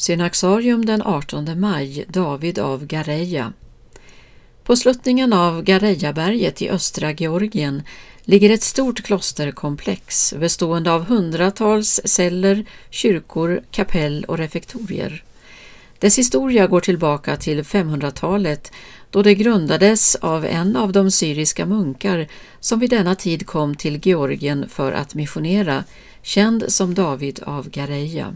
Synaxarium den 18 maj, David av Gareja. På sluttningen av Garejaberget i östra Georgien ligger ett stort klosterkomplex bestående av hundratals celler, kyrkor, kapell och refektorier. Dess historia går tillbaka till 500-talet då det grundades av en av de syriska munkar som vid denna tid kom till Georgien för att missionera, känd som David av Gareja.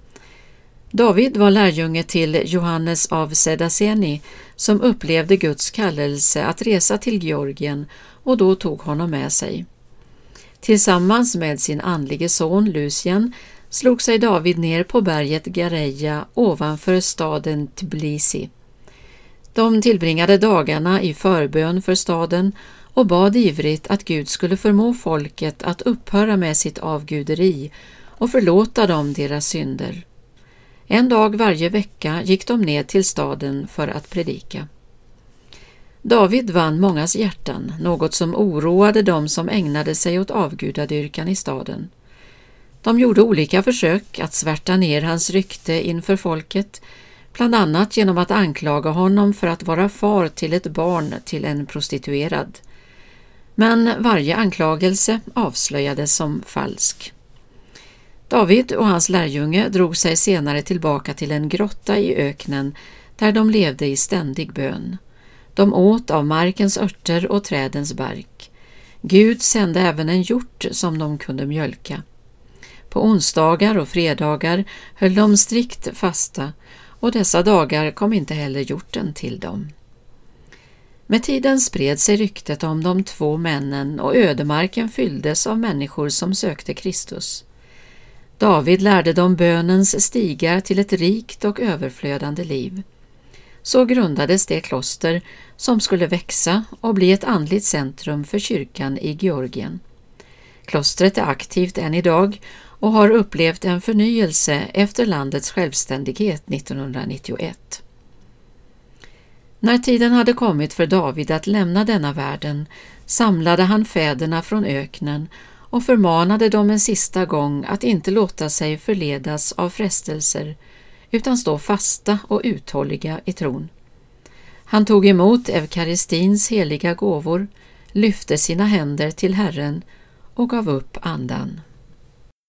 David var lärjunge till Johannes av Sedaseni som upplevde Guds kallelse att resa till Georgien och då tog honom med sig. Tillsammans med sin andlige son Lucien slog sig David ner på berget Gareja ovanför staden Tbilisi. De tillbringade dagarna i förbön för staden och bad ivrigt att Gud skulle förmå folket att upphöra med sitt avguderi och förlåta dem deras synder. En dag varje vecka gick de ned till staden för att predika. David vann mångas hjärtan, något som oroade dem som ägnade sig åt avgudadyrkan i staden. De gjorde olika försök att svärta ner hans rykte inför folket, bland annat genom att anklaga honom för att vara far till ett barn till en prostituerad. Men varje anklagelse avslöjades som falsk. David och hans lärjunge drog sig senare tillbaka till en grotta i öknen där de levde i ständig bön. De åt av markens örter och trädens bark. Gud sände även en hjort som de kunde mjölka. På onsdagar och fredagar höll de strikt fasta och dessa dagar kom inte heller hjorten till dem. Med tiden spred sig ryktet om de två männen och ödemarken fylldes av människor som sökte Kristus. David lärde dem bönens stigar till ett rikt och överflödande liv. Så grundades det kloster som skulle växa och bli ett andligt centrum för kyrkan i Georgien. Klostret är aktivt än idag och har upplevt en förnyelse efter landets självständighet 1991. När tiden hade kommit för David att lämna denna världen samlade han fäderna från öknen och förmanade dem en sista gång att inte låta sig förledas av frestelser utan stå fasta och uthålliga i tron. Han tog emot eukaristins heliga gåvor, lyfte sina händer till Herren och gav upp andan.